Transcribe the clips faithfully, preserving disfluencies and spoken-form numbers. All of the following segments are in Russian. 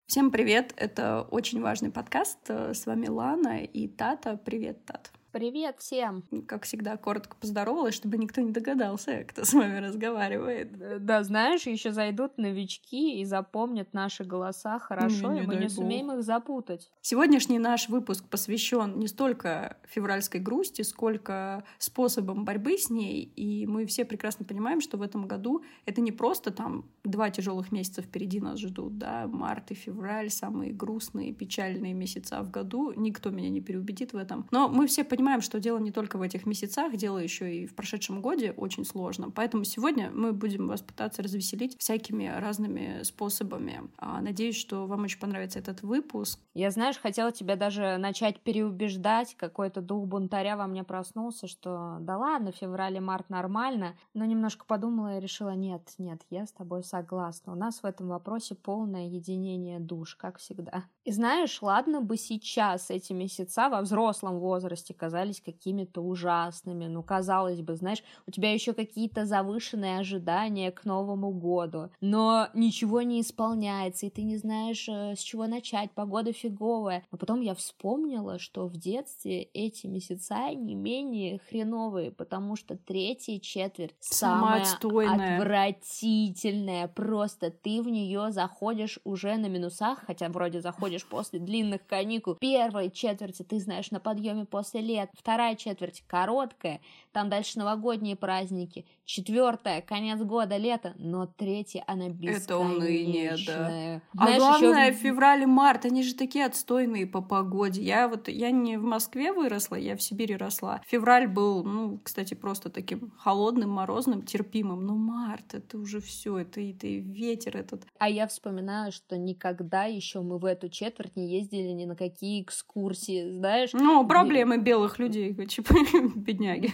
Всем привет! Это очень важный подкаст. С вами Лана и Тата. Привет, Тат. Привет всем! Как всегда, коротко поздоровалась, чтобы никто не догадался, кто с вами разговаривает. Да, знаешь, еще зайдут новички и запомнят наши голоса хорошо, Не, не и мы дай не бог. сумеем их запутать. Сегодняшний наш выпуск посвящен не столько февральской грусти, сколько способам борьбы с ней. И мы все прекрасно понимаем, что в этом году это не просто там два тяжелых месяца впереди нас ждут, да, март и февраль, самые грустные, печальные месяца в году. Никто меня не переубедит в этом. Но мы все понимаем, Понимаем, что дело не только в этих месяцах, дело еще и в прошедшем годе очень сложно. Поэтому сегодня мы будем вас пытаться развеселить всякими разными способами. Надеюсь, что вам очень понравится этот выпуск. Я, знаешь, хотела тебя даже начать переубеждать. Какой-то дух бунтаря во мне проснулся, что да ладно, февраль и март нормально. Но немножко подумала и решила, нет, нет, я с тобой согласна. У нас в этом вопросе полное единение душ, как всегда. И знаешь, ладно бы сейчас эти месяца во взрослом возрасте казались какими-то ужасными. Ну, казалось бы, знаешь, у тебя еще какие-то завышенные ожидания к Новому году, но ничего не исполняется, и ты не знаешь, с чего начать, погода фиговая. Но потом я вспомнила, что в детстве эти месяца не менее хреновые, потому что третья четверть самая, самая отвратительная. Просто ты в нее заходишь уже на минусах, хотя вроде заходишь после длинных каникул. Первой четверти ты знаешь на подъеме после лет. Вторая четверть короткая, там дальше новогодние праздники. Четвертая, конец года, лето, но третья, она бесконечная. Это уныние, да. Знаешь, а главное, еще... февраль и март, они же такие отстойные по погоде. Я вот, я не в Москве выросла, я в Сибири росла. Февраль был, ну, кстати, просто таким холодным, морозным, терпимым. Но март, это уже все, это, это и ветер этот. А я вспоминаю, что никогда еще мы в эту четверть не ездили ни на какие экскурсии, знаешь. Ну, проблемы белых людей, типа, бедняги.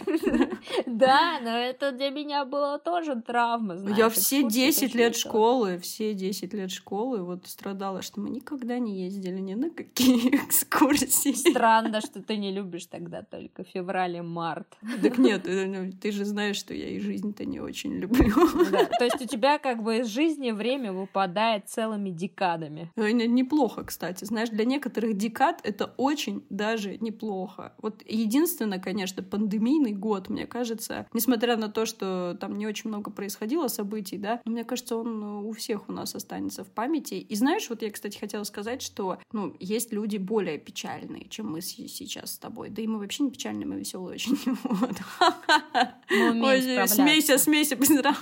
Да, но это для меня было тоже травма, знаешь. Я все десять лет школы, все десять лет школы вот страдала, что мы никогда не ездили ни на какие экскурсии. Странно, что ты не любишь тогда только февраль и март. Так нет, ты же знаешь, что я и жизнь-то не очень люблю. Да, то есть у тебя как бы из жизни время выпадает целыми декадами. Неплохо, кстати. Знаешь, для некоторых декад это очень даже неплохо. Вот единственное, конечно, пандемийный год, мне кажется, несмотря на то, что там не очень много происходило событий, да, но мне кажется, он у всех у нас останется в памяти. И знаешь, вот я, кстати, хотела сказать, что, ну, есть люди более печальные, чем мы сейчас с тобой. Да и мы вообще не печальные, мы веселые очень. Ой, смейся, смейся, быстро.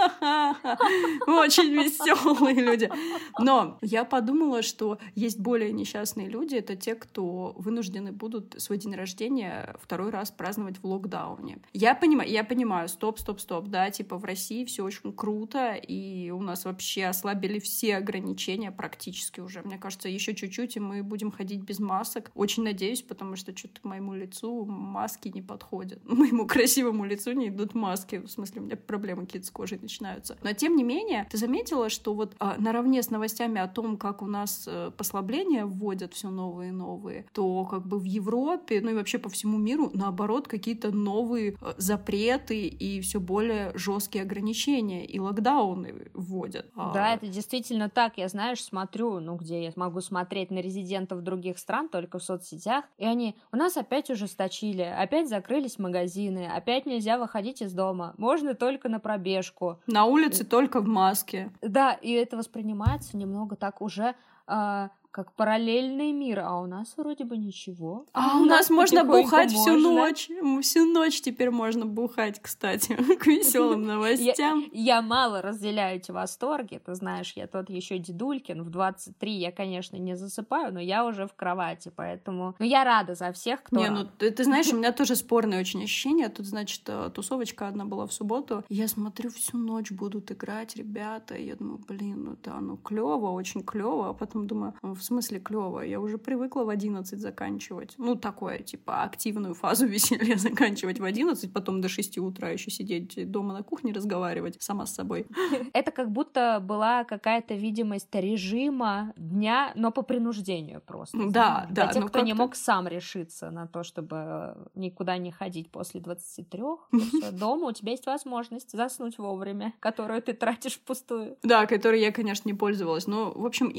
Очень веселые люди. Но я подумала, что есть более несчастные люди, это те, кто вынуждены будут свой день рождения второй раз праздновать в локдауне. Я понимаю, я понимаю, стоп, стоп, стоп, да, типа в России все очень круто, и у нас вообще ослабили все ограничения практически уже. Мне кажется, еще чуть-чуть, и мы будем ходить без масок. Очень надеюсь, потому что что-то моему лицу маски не подходят. Моему красивому лицу не идут маски. В смысле, у меня проблемы какие-то с кожей начинаются. Но тем не менее, ты заметила, что вот а, наравне с новостями о том, как у нас а, послабления вводят все новые и новые, то как бы в Европе, ну и вообще по всему миру, наоборот, какие-то новые а, запреты и все более жесткие ограничения и локдауны вводят. Да, это действительно так. Я, знаешь, смотрю, ну, где я могу смотреть на резидентов других стран, только в соцсетях, и они у нас опять ужесточили, опять закрылись магазины, опять нельзя выходить из дома, можно только на пробежку. На улице и... только в маске. Да, и это воспринимается немного так уже... Э- как параллельный мир, а у нас вроде бы ничего. А, а у нас, нас можно бухать можно. всю ночь. Всю ночь теперь можно бухать, кстати, к веселым новостям. Я, я мало разделяю эти восторги. Ты знаешь, я тот еще дедулькин. В двадцать три я, конечно, не засыпаю, но я уже в кровати, поэтому... Ну, я рада за всех, кто... Не, ну, ты, ты знаешь, у меня тоже спорные очень ощущения. Тут, значит, тусовочка одна была в субботу. Я смотрю, всю ночь будут играть ребята. И я думаю, блин, ну да, ну клево, очень клево. А потом думаю, в смысле клево? Я уже привыкла в одиннадцать заканчивать. Ну, такое, типа, активную фазу веселья заканчивать в одиннадцать, потом до шести утра еще сидеть дома на кухне разговаривать сама с собой. Это как будто была какая-то видимость режима дня, но по принуждению просто. Да, да. Для тех, кто не мог сам решиться на то, чтобы никуда не ходить после двадцати трёх, дома у тебя есть возможность заснуть вовремя, которую ты тратишь впустую. Да, которой я, конечно, не пользовалась. Но, в общем, интересно.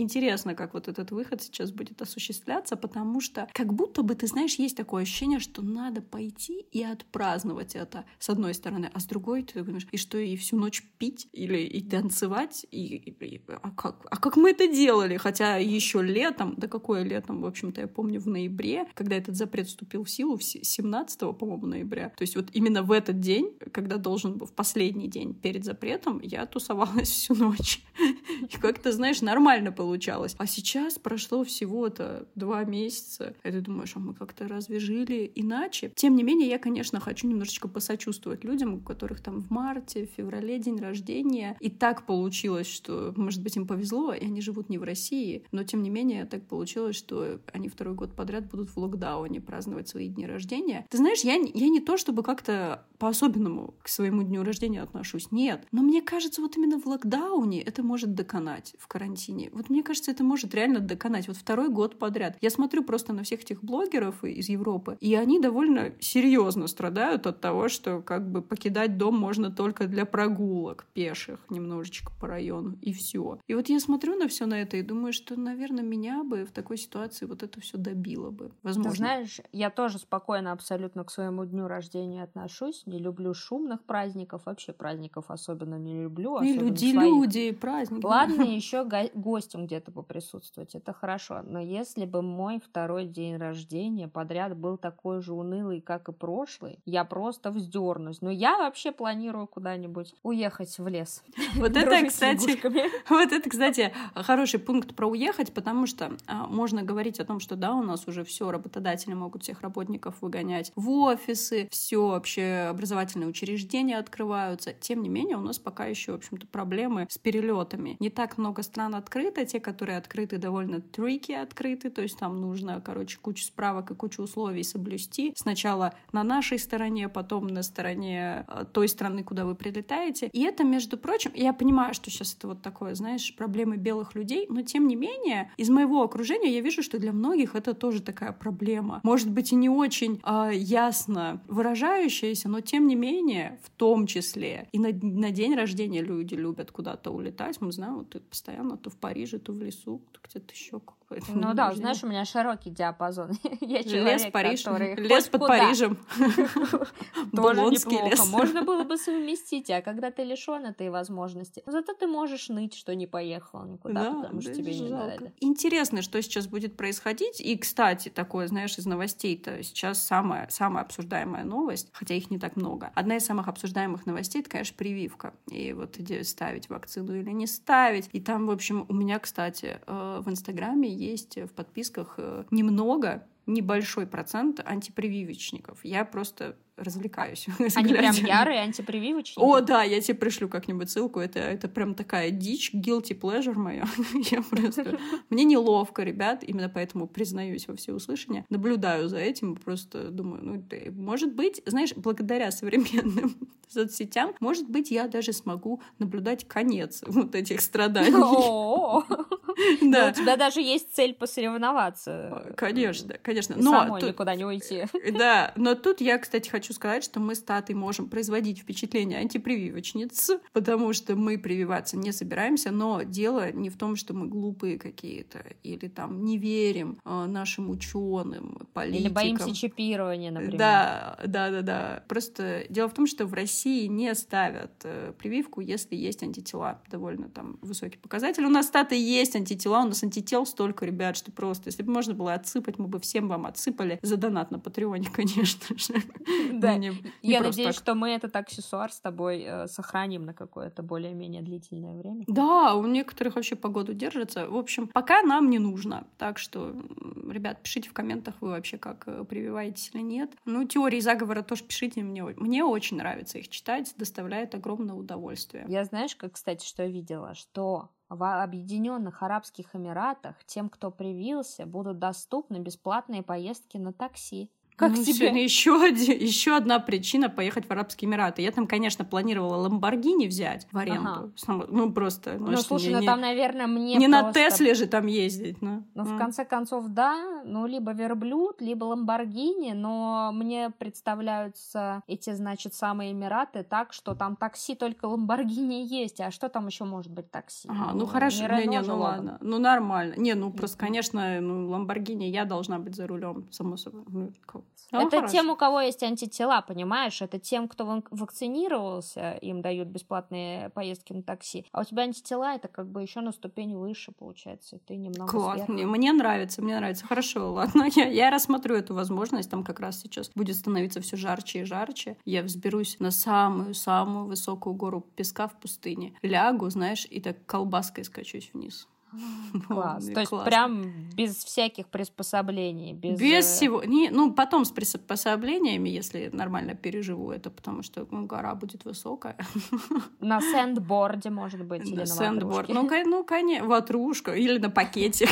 интересно, как вот этот выход сейчас будет осуществляться, потому что как будто бы, ты знаешь, есть такое ощущение, что надо пойти и отпраздновать это, с одной стороны, а с другой ты думаешь, и что, и всю ночь пить или и танцевать, и, и, а, как, а как мы это делали? Хотя еще летом, да какое летом, в общем-то, я помню, в ноябре, когда этот запрет вступил в силу, семнадцатого, по-моему, ноября, то есть вот именно в этот день, когда должен был, в последний день перед запретом, я тусовалась всю ночь. И как-то, знаешь, нормально получалось. А сейчас прошло всего-то два месяца. И ты думаешь, а мы как-то разве жили иначе? Тем не менее, я, конечно, хочу немножечко посочувствовать людям, у которых там в марте, в феврале день рождения. И так получилось, что, может быть, им повезло, и они живут не в России. Но, тем не менее, так получилось, что они второй год подряд будут в локдауне праздновать свои дни рождения. Ты знаешь, я, я не то, чтобы как-то по-особенному к своему дню рождения отношусь. Нет. Но мне кажется, вот именно в локдауне это может доконать, в карантине. Вот мне кажется, это может реально доконать. Вот второй год подряд. Я смотрю просто на всех этих блогеров из Европы, и они довольно серьезно страдают от того, что как бы покидать дом можно только для прогулок пеших немножечко по району, и все. И вот я смотрю на все на это и думаю, что, наверное, меня бы в такой ситуации вот это все добило бы. Возможно. Ты знаешь, я тоже спокойно абсолютно к своему дню рождения отношусь. Не люблю шумных праздников, вообще праздников особенно не люблю. И люди, люди, праздники. Ладно, еще го- гостем где-то поприсутствовать, это хорошо. Но если бы мой второй день рождения подряд был такой же унылый, как и прошлый, я просто вздернусь. Но я вообще планирую куда-нибудь уехать в лес. Вот это, кстати, вот это, кстати, хороший пункт про уехать, потому что а, можно говорить о том, что да, у нас уже все, работодатели могут всех работников выгонять в офисы, все вообще образовательные учреждения открываются. Тем не менее, у нас пока еще, в общем-то, проблемы с перелетами. Не так много стран открыто, те, которые открыты, довольно трики открыты, то есть там нужно, короче, кучу справок и кучу условий соблюсти. Сначала на нашей стороне, потом на стороне э, той страны, куда вы прилетаете. И это, между прочим, я понимаю, что сейчас это вот такое, знаешь, проблемы белых людей, но тем не менее, из моего окружения я вижу, что для многих это тоже такая проблема. Может быть, и не очень э, ясно выражающаяся, но тем не менее, в том числе и на, на день рождения люди любят куда-то улетать. Мы знаем, вот ты постоянно то в Париже, то в лесу, то где-то еще. Ну да, знаешь, у меня широкий диапазон. Я человек, лес, Париж, который лес под куда. Парижем. Тоже Болонский неплохо. лес. Можно было бы совместить, а когда ты лишён этой возможности, зато ты можешь ныть, что не поехала никуда, Да, потому что да, тебе не жалко. дали. Интересно, что сейчас будет происходить. И, кстати, такое, знаешь, из новостей-то сейчас самая, самая обсуждаемая новость, хотя их не так много. Одна из самых обсуждаемых новостей — это, конечно, прививка. И вот идея ставить вакцину или не ставить. И там, в общем, у меня, кстати, в Инстаграме есть в подписках немного, небольшой процент антипрививочников. Я просто развлекаюсь. Они прям ярые антипрививочники? О, да, я тебе пришлю как-нибудь ссылку. Это, это прям такая дичь, guilty pleasure моя. Я просто... Мне неловко, ребят, именно поэтому признаюсь во всеуслышание. Наблюдаю за этим, просто думаю, ну, ты, может быть, знаешь, благодаря современным соцсетям, может быть, я даже смогу наблюдать конец вот этих страданий. Да. У тебя даже есть цель посоревноваться. Конечно, конечно. Самой никуда не уйти. Да, но тут я, кстати, хочу сказать, что мы с Татой можем производить впечатление антипрививочниц, потому что мы прививаться не собираемся, но дело не в том, что мы глупые какие-то или там не верим э, нашим ученым, политикам. Или боимся чипирования, например. Да, да, да, да. Просто дело в том, что в России не ставят э, прививку, если есть антитела. Довольно там высокий показатель. У нас, Тата, есть антитела, у нас антител столько, ребят, что просто, если бы можно было отсыпать, мы бы всем вам отсыпали за донат на Патреоне, конечно же. Да. Не, не Я надеюсь, так. что мы этот аксессуар с тобой э, сохраним на какое-то более-менее длительное время. Да, у некоторых вообще погоду держится. В общем, пока нам не нужно. Так что, ребят, пишите в комментах, вы вообще как прививаетесь или нет. Ну, теории заговора тоже пишите. Мне, мне очень нравится их читать, доставляет огромное удовольствие. Я знаешь, как, кстати, что видела? Что в Объединенных Арабских Эмиратах тем, кто привился, будут доступны бесплатные поездки на такси. Как ну, тебе? Еще, один, еще одна причина поехать в Арабские Эмираты. Я там, конечно, планировала Ламборгини взять в аренду. Ага. Ну, просто... Ну, слушай, ну не, там, наверное, мне Не просто... на Тесле же там ездить. Ну, ну, в ну. конце концов, да. Ну, либо верблюд, либо Ламборгини. Но мне представляются эти, значит, самые Эмираты так, что там такси только Ламборгини есть. А что там еще может быть такси? Ага, ну, ну, хорошо. Не, не, не, же, ну, Логан. ладно. Ну, нормально. Не, ну, просто, конечно, ну, Ламборгини я должна быть за рулем, само собой. Ну, ну, это хорошо. Тем, у кого есть антитела, понимаешь? Это тем, кто вакцинировался, им дают бесплатные поездки на такси. А у тебя антитела, это как бы еще на ступень выше, получается. Ты немного Класс, сверху. мне, мне нравится, мне нравится. Хорошо, ладно. Я, я рассмотрю эту возможность. Там как раз сейчас будет становиться все жарче и жарче. Я взберусь на самую-самую высокую гору песка в пустыне. Лягу, знаешь, и так колбаской скачусь вниз. Класс. То есть классно. Прям без всяких приспособлений. Без, без всего. Не, ну, потом с приспособлениями, если нормально переживу это, потому что ну, гора будет высокая. На сэндборде, может быть, или на, на ватрушке. Ну, ну, конечно, ватрушка. Или на пакете.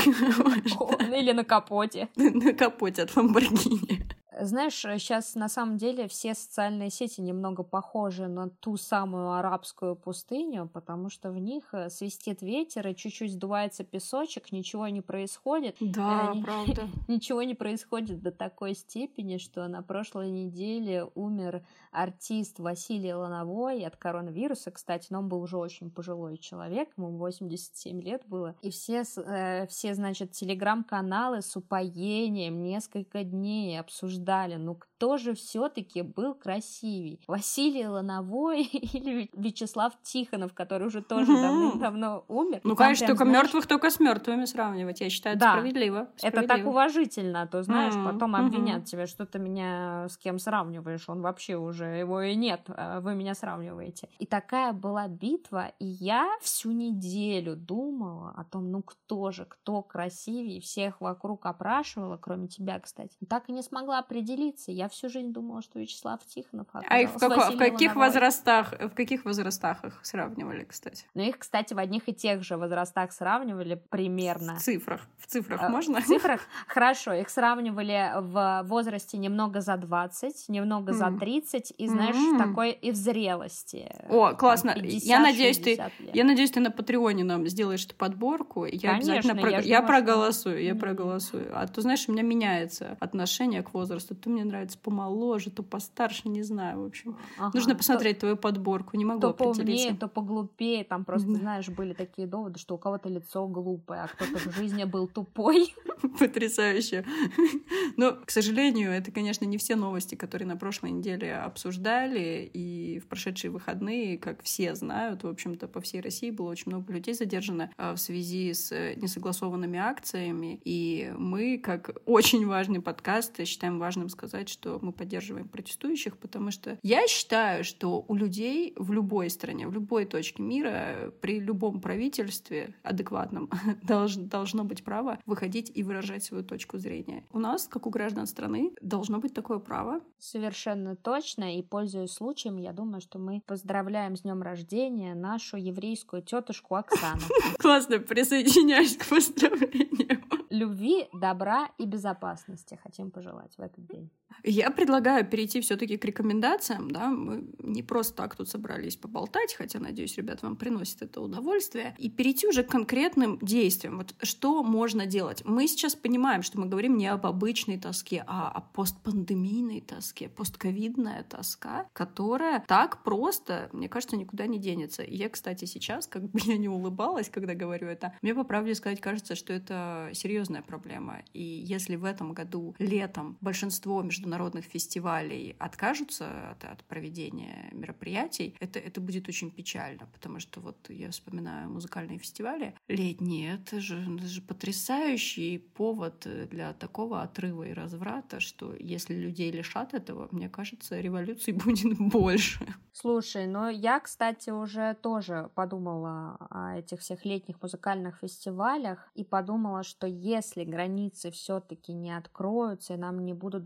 Или на капоте. На капоте от Ламборгини. Знаешь, сейчас на самом деле все социальные сети немного похожи на ту самую арабскую пустыню, потому что в них свистит ветер и чуть-чуть сдувается песочек, ничего не происходит. Да, Они... правда. Ничего не происходит до такой степени, что на прошлой неделе умер артист Василий Лановой от коронавируса, кстати, но он был уже очень пожилой человек, ему восемьдесят семь лет было, и все, э, все значит, телеграм-каналы с упоением несколько дней обсуждали, ну кто же все-таки был красивей? Василий Лановой или Вячеслав Тихонов, который уже тоже mm-hmm. давным-давно умер? Ну, конечно, прям, только знаешь... мертвых только с мертвыми сравнивать. Я считаю, это да, справедливо. справедливо. Это так уважительно, а то знаешь, mm-hmm. потом обвинят mm-hmm. тебя, что ты меня с кем сравниваешь, он вообще уже, его и нет, вы меня сравниваете. И такая была битва, и я всю неделю думала о том, ну кто же, кто красивее, всех вокруг опрашивала, кроме тебя, кстати. Так и не смогла определиться. Я всю жизнь думала, что Вячеслав Тихонов. А их в, како- в каких возрастах, в каких возрастах их сравнивали, кстати? Ну, их, кстати, в одних и тех же возрастах сравнивали примерно. В цифрах. В цифрах э, можно? В цифрах? Хорошо. Их сравнивали в возрасте немного за двадцать, немного mm. за тридцать, и, знаешь, mm. такой и в зрелости. О, классно. Я надеюсь, ты, я надеюсь, ты на Патреоне нам сделаешь эту подборку. Я Конечно, обязательно про... я, я думаю, проголосую. Что... Я mm. проголосую. А то, знаешь, у меня меняется отношение к возрасту. То мне нравится помоложе, то постарше, не знаю, в общем. Ага. Нужно посмотреть то, твою подборку, не могу то определиться. То поумнее, то поглупее. Там просто, mm. знаешь, были такие доводы, что у кого-то лицо глупое, а кто-то в жизни был тупой. Потрясающе. Но, к сожалению, это, конечно, не все новости, которые на прошлой неделе обсуждали, и в прошедшие выходные, как все знают, в общем-то, по всей России было очень много людей задержано в связи с несогласованными акциями, и мы, как очень важный подкаст, считаем важным сказать, что мы поддерживаем протестующих, потому что я считаю, что у людей в любой стране, в любой точке мира, при любом правительстве адекватном должно, должно быть право выходить и выражать свою точку зрения. У нас, как у граждан страны, должно быть такое право. Совершенно точно. И, пользуясь случаем, я думаю, что мы поздравляем с днем рождения нашу еврейскую тетушку Оксану. Классно, присоединяюсь к поздравлениям. Любви, добра и безопасности хотим пожелать в этот день. Я предлагаю перейти все-таки к рекомендациям, да, мы не просто так тут собрались поболтать, хотя, надеюсь, ребят, вам приносит это удовольствие, и перейти уже к конкретным действиям. Вот что можно делать? Мы сейчас понимаем, что мы говорим не об обычной тоске, а о постпандемийной тоске, постковидная тоска, которая так просто, мне кажется, никуда не денется. И я, кстати, сейчас, как бы я не улыбалась, когда говорю это, мне, по правде сказать, кажется, что это серьезная проблема. И если в этом году летом большинство международных народных фестивалей откажутся от, от проведения мероприятий, это, это будет очень печально, потому что вот я вспоминаю музыкальные фестивали летние, это же, это же потрясающий повод для такого отрыва и разврата, что если людей лишат этого, мне кажется, революций будет больше. Слушай, ну я, кстати, уже тоже подумала о этих всех летних музыкальных фестивалях и подумала, что если границы все-таки не откроются и нам не будут доступны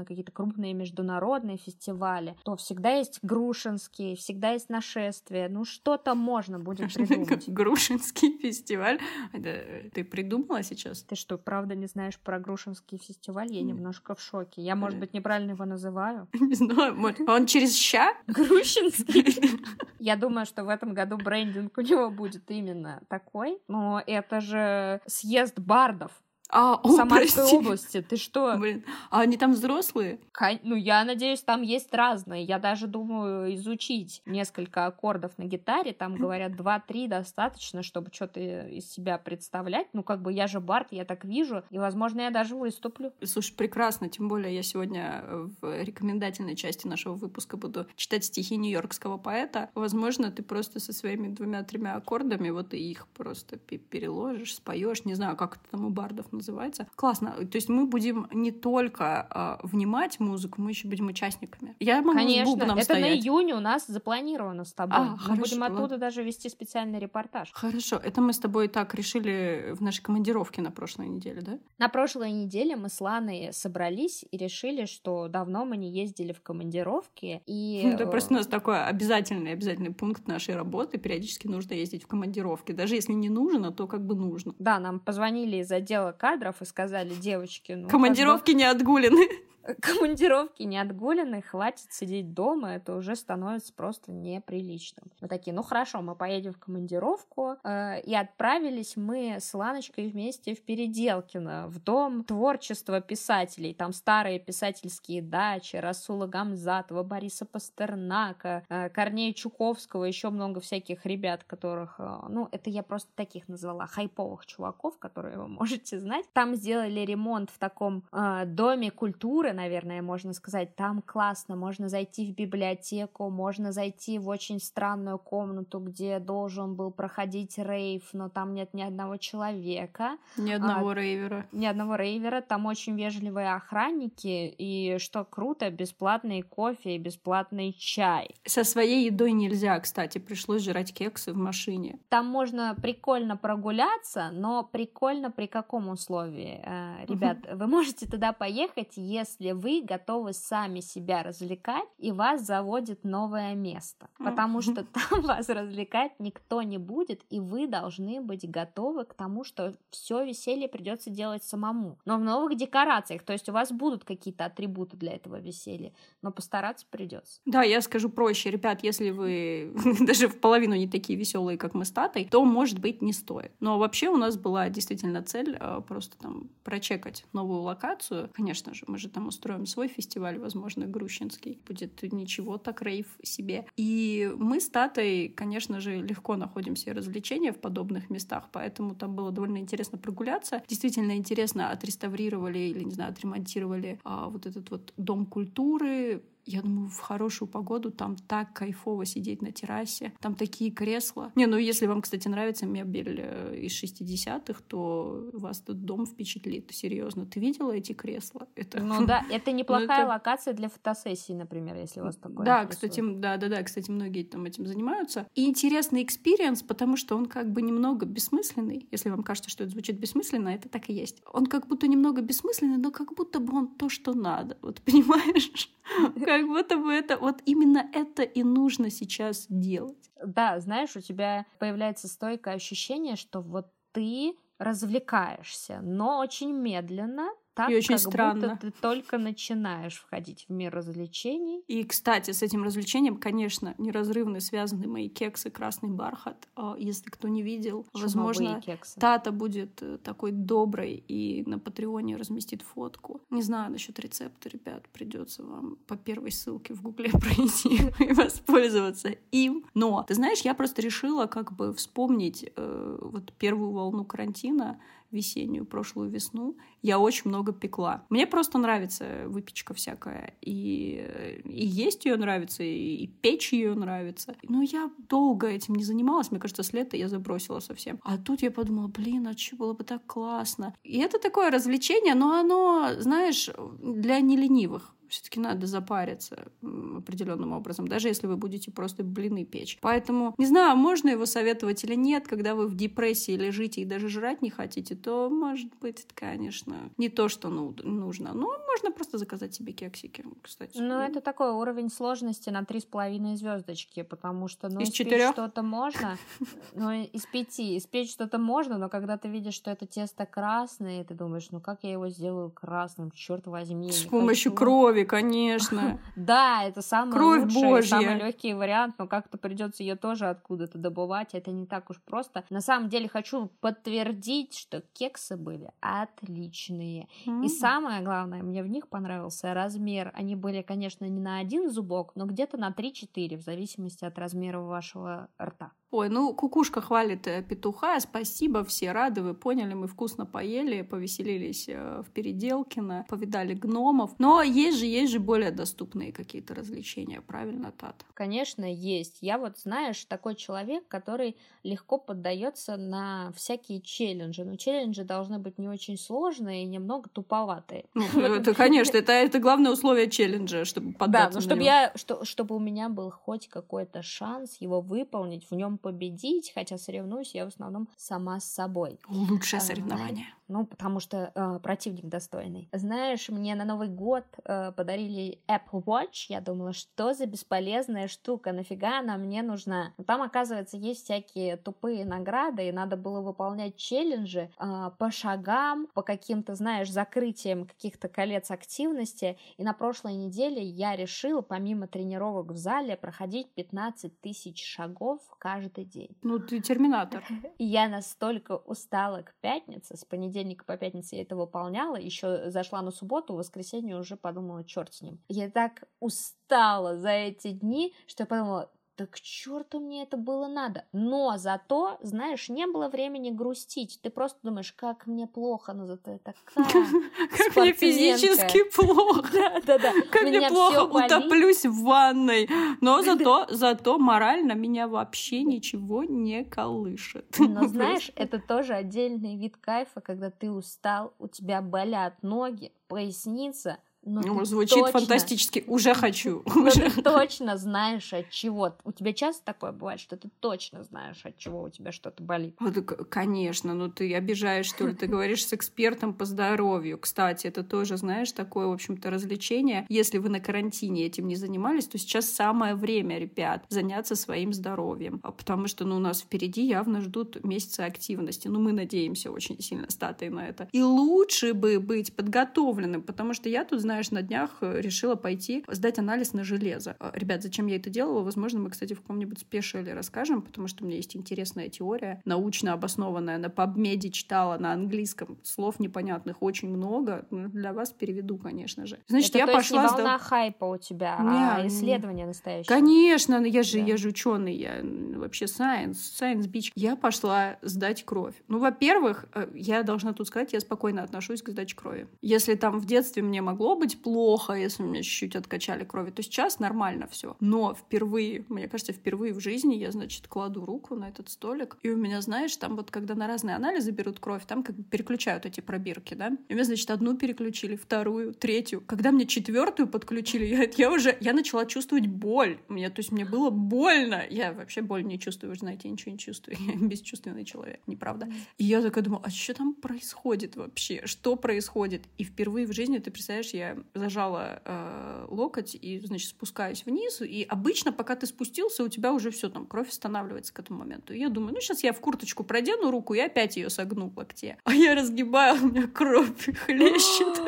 какие-то крупные международные фестивали, то всегда есть Грушинский, всегда есть Нашествие. Ну, что-то можно будет придумать. Грушинский фестиваль? Это ты придумала сейчас? Ты что, правда не знаешь про Грушинский фестиваль? Я немножко в шоке. Я, может быть, неправильно его называю? Не знаю, он через ща? Грушинский? Я думаю, что в этом году брендинг у него будет именно такой. Но это же съезд бардов. А, в Самарской прости. области. Ты что? Блин, а они там взрослые? Кон... Ну, я надеюсь, там есть разные. Я даже думаю изучить несколько аккордов на гитаре. Там, говорят, два-три достаточно, чтобы что-то из себя представлять. Ну, как бы я же бард, я так вижу. И, возможно, я даже выступлю. Слушай, прекрасно. Тем более я сегодня в рекомендательной части нашего выпуска буду читать стихи нью-йоркского поэта. Возможно, ты просто со своими двумя-тремя аккордами вот и их просто переложишь, споешь. Не знаю, как это там у бардов называется. Классно. То есть мы будем не только э, внимать музыку, мы еще будем участниками. Я могу Конечно, с бубном это стоять. на июне у нас запланировано с тобой. А, мы хорошо, будем оттуда ладно. даже вести специальный репортаж. Хорошо. Это мы с тобой так решили в нашей командировке на прошлой неделе, да? На прошлой неделе мы с Ланой собрались и решили, что давно мы не ездили в командировки. И... Это просто у нас такой обязательный, обязательный пункт нашей работы. Периодически нужно ездить в командировки. Даже если не нужно, то как бы нужно. Да, нам позвонили из отдела кадров и сказали: девочки, ну... Командировки не отгулены. Командировки не отгулены, хватит сидеть дома, это уже становится просто неприличным. Мы такие: ну хорошо, мы поедем в командировку, э, и отправились мы с Ланочкой вместе в Переделкино, в дом творчества писателей. Там старые писательские дачи Расула Гамзатова, Бориса Пастернака, э, Корнея Чуковского, еще много всяких ребят, которых, э, ну, это я просто таких назвала, хайповых чуваков, которые вы можете знать. Там сделали ремонт в таком э, доме культуры, наверное, можно сказать. Там классно, можно зайти в библиотеку, можно зайти в очень странную комнату, где должен был проходить рейв, но там нет ни одного человека. Ни одного а, рейвера. Ни одного рейвера. Там очень вежливые охранники, и, что круто, бесплатный кофе и бесплатный чай. Со своей едой нельзя, кстати, пришлось жрать кексы в машине. Там можно прикольно прогуляться, но прикольно при каком условии? Ребят, вы можете туда поехать, если вы готовы сами себя развлекать, и вас заводит новое место. Потому что там вас развлекать никто не будет, и вы должны быть готовы к тому, что все веселье придется делать самому. Но в новых декорациях, то есть у вас будут какие-то атрибуты для этого веселья, но постараться придется. Да, я скажу проще. Ребят, если вы даже в половину не такие веселые, как мы с Татой, то, может быть, не стоит. Но вообще у нас была действительно цель просто там прочекать новую локацию. Конечно же, мы же там устроим свой фестиваль, возможно, грущинский. Будет ничего так, рейв себе. И мы с Татой, конечно же, легко находим себе развлечения в подобных местах, поэтому там было довольно интересно прогуляться. Действительно интересно, отреставрировали или, не знаю, отремонтировали а, вот этот вот дом культуры. Я думаю, в хорошую погоду там так кайфово сидеть на террасе. Там такие кресла. Не, ну если вам, кстати, нравится мебель из шестидесятых, то вас тут дом впечатлит. Серьезно. Ты видела эти кресла? Это... Ну да, это неплохая это... локация для фотосессии, например, если у вас такое. Да, кстати, да, да, да, кстати, многие там этим занимаются. И интересный экспириенс, потому что он как бы немного бессмысленный. Если вам кажется, что это звучит бессмысленно, это так и есть. Он как будто немного бессмысленный, но как будто бы он то, что надо. Вот понимаешь? Как будто бы это, вот именно это и нужно сейчас делать. Да, знаешь, у тебя появляется стойкое ощущение, что вот ты развлекаешься, но очень медленно, так, и очень как странно. будто ты только начинаешь входить в мир развлечений. И, кстати, с этим развлечением, конечно, неразрывно связаны мои кексы «Красный бархат». Если кто не видел, Шумовые возможно, кексы. Тата будет такой доброй и на Патреоне разместит фотку. Не знаю насчет рецепта, ребят, придется вам по первой ссылке в Гугле пройти и воспользоваться им. Но, ты знаешь, я просто решила как бы вспомнить э, вот первую волну карантина, весеннюю, прошлую весну, я очень много пекла. Мне просто нравится выпечка всякая. И, и есть ее нравится, и, и печь ее нравится. Но я долго этим не занималась. Мне кажется, с лета я забросила совсем. А тут я подумала, блин, а что было бы так классно. И это такое развлечение, но оно, знаешь, для неленивых. Все-таки надо запариться определенным образом, даже если вы будете просто блины печь. Поэтому, не знаю, можно его советовать или нет, когда вы в депрессии лежите и даже жрать не хотите, то, может быть, это, конечно, не то, что ну, нужно. Но можно просто заказать себе кексики, кстати. Ну, это такой уровень сложности на три с половиной звездочки, потому что, ну, из испечь четырех? что-то можно, ну, из пяти. Испечь что-то можно, но когда ты видишь, что это тесто красное, ты думаешь, ну, как я его сделаю красным, черт возьми. С помощью хочу. крови, конечно. Да, это самый Кровь лучший, Божья. самый легкий вариант, но как-то придется ее тоже откуда-то добывать, это не так уж просто. На самом деле хочу подтвердить, что кексы были отличные. Mm. И самое главное, мне в них понравился размер. Они были, конечно, не на один зубок, но где-то на три-четыре, в зависимости от размера вашего рта. Ой, ну, кукушка хвалит петуха, спасибо, все рады, вы поняли, мы вкусно поели, повеселились в Переделкино, повидали гномов. Но есть же, есть же более доступные какие-то развлечения, правильно, Тата? Конечно, есть. Я вот, знаешь, такой человек, который легко поддается на всякие челленджи. Но челленджи должны быть не очень сложные и немного туповатые. Ну, это, конечно, это, это главное условие челленджа, чтобы поддаться. Да, но чтобы, я, что, чтобы у меня был хоть какой-то шанс его выполнить, в нем победить, хотя соревнуюсь я в основном сама с собой. Лучшее соревнование. Ну, потому что э, противник достойный. Знаешь, мне на Новый год э, подарили Apple Watch. Я думала, что за бесполезная штука, нафига она мне нужна? Но там, оказывается, есть всякие тупые награды, и надо было выполнять челленджи э, по шагам, по каким-то, знаешь, закрытиям каких-то колец активности. И на прошлой неделе я решила, помимо тренировок в зале, проходить пятнадцать тысяч шагов каждый день. Ну, ты терминатор. И я настолько устала к пятнице, с понедельника по пятницу я это выполняла, еще зашла на субботу, в воскресенье уже подумала, черт с ним. Я так устала за эти дни, что я подумала, да к черту мне это было надо. Но зато, знаешь, не было времени грустить. Ты просто думаешь, как мне плохо, но зато я такая Как мне физически плохо. Да-да-да. Как мне плохо, утоплюсь в ванной. Но зато, зато морально меня вообще ничего не колышет. Но знаешь, это тоже отдельный вид кайфа, когда ты устал, у тебя болят ноги, поясница. Но ну, звучит точно, фантастически. Уже хочу. Но ты точно знаешь, от чего. У тебя часто такое бывает, что ты точно знаешь, от чего у тебя что-то болит? Вот, конечно, но ты обижаешь, что ли? Ты говоришь с экспертом по здоровью. Кстати, это тоже, знаешь, такое, в общем-то, развлечение. Если вы на карантине этим не занимались, то сейчас самое время, ребят, заняться своим здоровьем. Потому что, ну, у нас впереди явно ждут месяцы активности. Ну, мы надеемся очень сильно с Татой на это. И лучше бы быть подготовленным, потому что я тут, знаешь, на днях решила пойти сдать анализ на железо. Ребят, зачем я это делала? Возможно, мы, кстати, в каком-нибудь спешале расскажем, потому что у меня есть интересная теория, научно обоснованная, на PubMed читала на английском, слов непонятных очень много. Для вас переведу, конечно же. Значит, это, я то пошла... есть не волна сдав... хайпа у тебя, не, а исследование настоящее. Конечно, я же, да. я же ученый, я вообще science, science bitch. Я пошла сдать кровь. Ну, во-первых, я должна тут сказать, я спокойно отношусь к сдаче крови. Если там в детстве мне могло быть плохо, если меня чуть-чуть откачали крови, то сейчас нормально все. Но впервые, мне кажется, впервые в жизни я, значит, кладу руку на этот столик, и у меня, знаешь, там вот когда на разные анализы берут кровь, там как бы переключают эти пробирки, да? И у меня, значит, одну переключили, вторую, третью. Когда мне четвертую подключили, я, я уже, я начала чувствовать боль. Мне, то есть мне было больно. Я вообще боль не чувствую, вы же знаете, я ничего не чувствую. Я бесчувственный человек, неправда? И я такая думаю, а что там происходит вообще? Что происходит? И впервые в жизни, ты представляешь, я зажала э, локоть и, значит, спускаюсь вниз. И обычно, пока ты спустился, у тебя уже все там, кровь останавливается к этому моменту. И я думаю, ну, сейчас я в курточку продену руку и опять ее согну в локте. А я разгибаю, у меня кровь хлещет.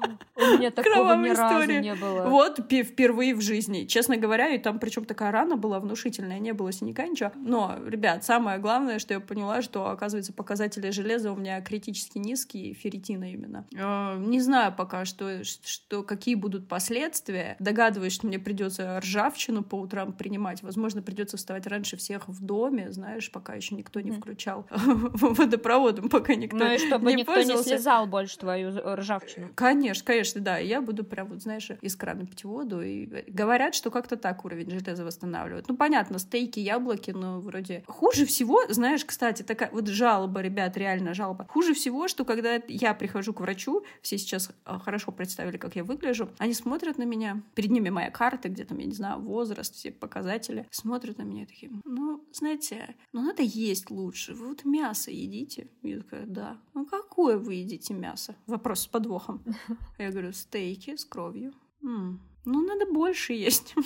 У меня такого ни разу не было. Вот впервые в жизни. Честно говоря, и там причем такая рана была внушительная, не было синяка, ничего. Но, ребят, самое главное, что я поняла, что, оказывается, показатели железа у меня критически низкие, ферритина именно. Э, не знаю пока, что, что, какие будут последствия. Догадываюсь, что мне придется ржавчину по утрам принимать. Возможно, придется вставать раньше всех в доме, знаешь, пока еще никто не включал водопроводом, пока никто не Ну и чтобы никто не слезал больше твою ржавчину. Конечно, конечно. конечно, да. Я буду прям, вот, знаешь, из крана пить воду. И говорят, что как-то так уровень железа восстанавливают. Ну, понятно, стейки, яблоки, но вроде... Хуже всего, знаешь, кстати, такая вот жалоба, ребят, реально жалоба. Хуже всего, что когда я прихожу к врачу, все сейчас хорошо представили, как я выгляжу, они смотрят на меня, перед ними моя карта, где там, я не знаю, возраст, все показатели, смотрят на меня и такие, ну, знаете, ну, надо есть лучше. Вы вот мясо едите? Я такая, да. Ну, какое вы едите мясо? Вопрос с подвохом. Я говорю, стейки с кровью. М-м. Ну, надо больше есть.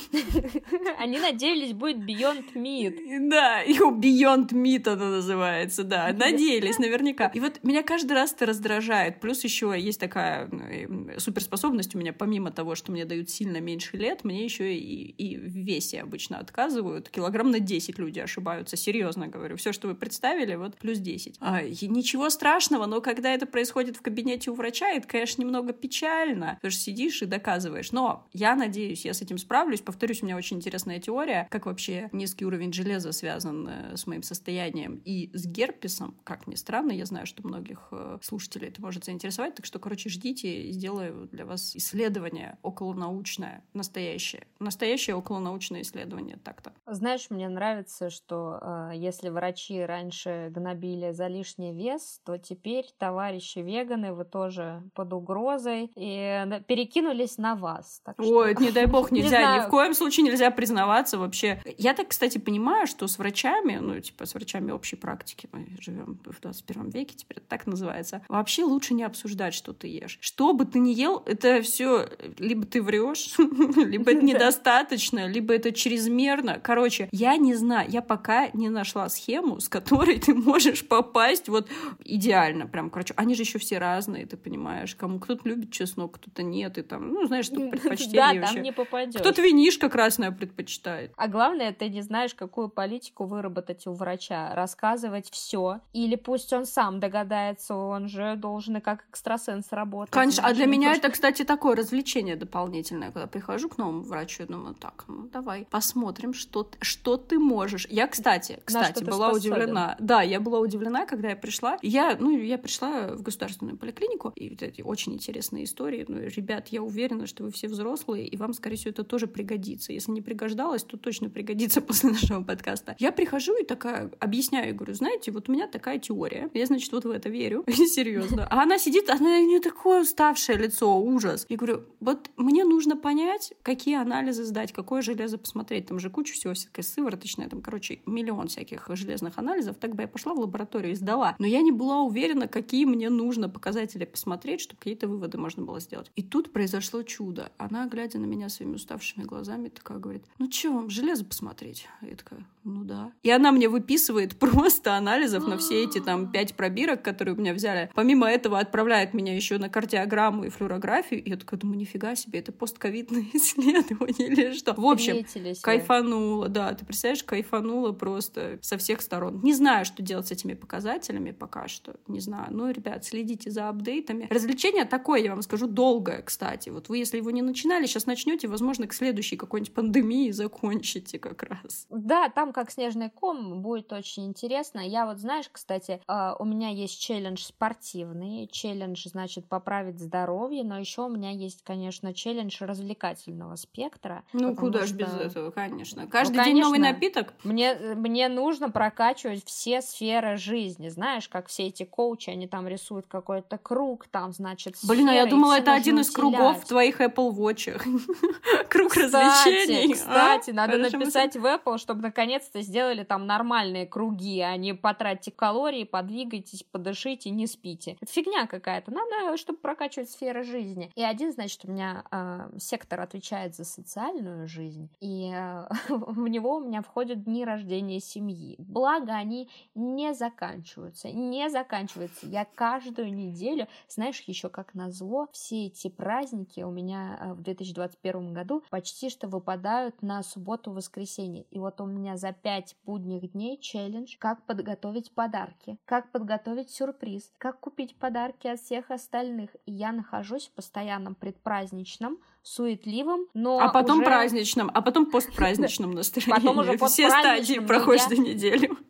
Они надеялись, будет Beyond Meat. Да, его Beyond Meat она называется, да. Надеялись, наверняка. И вот меня каждый раз это раздражает. Плюс еще есть такая суперспособность у меня, помимо того, что мне дают сильно меньше лет, мне еще и, и в весе обычно отказывают. Килограмм на десять люди ошибаются, серьезно говорю. Все, что вы представили, вот плюс десять. А, ничего страшного, но когда это происходит в кабинете у врача, это, конечно, немного печально. Потому что сидишь и доказываешь. Но я Я надеюсь, я с этим справлюсь. Повторюсь, у меня очень интересная теория, как вообще низкий уровень железа связан с моим состоянием и с герпесом. Как ни странно, я знаю, что многих слушателей это может заинтересовать. Так что, короче, ждите, сделаю для вас исследование околонаучное, настоящее. Настоящее околонаучное исследование, так-то. Знаешь, мне нравится, что э, если врачи раньше гнобили за лишний вес, то теперь товарищи веганы, вы тоже под угрозой и перекинулись на вас. Так что... Ой, не дай бог, нельзя, ни в коем случае нельзя признаваться вообще. Я так, кстати, понимаю, что с врачами, ну, типа, с врачами общей практики, мы живем в двадцать первом веке, теперь это так называется, вообще лучше не обсуждать, что ты ешь. Что бы ты ни ел, это все либо ты врешь, либо это недостаточно, либо это чрезмерно. Короче, я не знаю, я пока не нашла схему, с которой ты можешь попасть вот идеально прям. Короче, они же еще все разные, ты понимаешь, кому кто-то любит чеснок, кто-то нет, и там, ну, знаешь, что предпочтение. Да, там не попадёшь. Кто-то винишко красное предпочитает. А главное, ты не знаешь, какую политику выработать у врача. Рассказывать все. Или пусть он сам догадается, он же должен и как экстрасенс работать. Конечно, а для меня это, кстати, такое развлечение дополнительное. Когда прихожу к новому врачу, я думаю, так, ну давай посмотрим, что, что ты можешь. Я, кстати, кстати, была удивлена. Да, я была удивлена, когда я пришла. Я, ну, я пришла в государственную поликлинику, и вот эти очень интересные истории. Ну, ребят, я уверена, что вы все взрослые, и вам, скорее всего, это тоже пригодится. Если не пригождалось, то точно пригодится после нашего подкаста. Я прихожу и такая объясняю, и говорю, знаете, вот у меня такая теория. Я, значит, вот в это верю. Серьезно. А она сидит, она у нее такое уставшее лицо, ужас. Я говорю, вот мне нужно понять, какие анализы сдать, какое железо посмотреть. Там же куча всего всякое сывороточное, там, короче, миллион всяких железных анализов. Так бы я пошла в лабораторию и сдала. Но я не была уверена, какие мне нужно показатели посмотреть, чтобы какие-то выводы можно было сделать. И тут произошло чудо. Она, глядя на меня своими уставшими глазами, такая говорит, ну что, вам железо посмотреть? Я такая, ну да. И она мне выписывает просто анализов на все эти там пять пробирок, которые у меня взяли. Помимо этого отправляет меня еще на кардиограмму и флюорографию. И я такая думаю, нифига себе, это постковидное исследование или что? В общем, кайфанула, да. Ты представляешь, кайфанула просто со всех сторон. Не знаю, что делать с этими показателями пока что. Не знаю. Ну, ребят, следите за апдейтами. Развлечение такое, я вам скажу, долгое, кстати. Вот вы, если его не начинали, сейчас начнете, возможно, к следующей какой-нибудь пандемии закончите как раз. Да, там как снежный ком, будет очень интересно. Я вот, знаешь, кстати, у меня есть челлендж спортивный, челлендж, значит, поправить здоровье, но еще у меня есть, конечно, челлендж развлекательного спектра. Ну, куда ж что... без этого, конечно. Каждый ну, день конечно, новый напиток. Мне, мне нужно прокачивать все сферы жизни. Знаешь, как все эти коучи, они там рисуют какой-то круг, там, значит, сферы. Блин, а я думала, это один из кругов в твоих Apple Watch'ах. Круг развлечений. Кстати, надо написать в Apple, чтобы наконец-то сделали там нормальные круги, а не потратьте калории, подвигайтесь, подышите, не спите. Это фигня какая-то. Надо, чтобы прокачивать сферы жизни. И один, значит, у меня э, сектор отвечает за социальную жизнь, и э, в него у меня входят дни рождения семьи. Благо, они не заканчиваются. Не заканчиваются. Я каждую неделю, знаешь, еще как назло, все эти праздники у меня в две тысячи двадцать первом году почти что выпадают на субботу-воскресенье. И вот у меня за пять будних дней челлендж, как подготовить подарки, как подготовить сюрприз, как купить подарки от всех остальных. И я нахожусь в постоянном предпраздничном, суетливом, но а потом уже... праздничном, а потом постпраздничном настроении. Потом уже все стадии проходишь за неделю.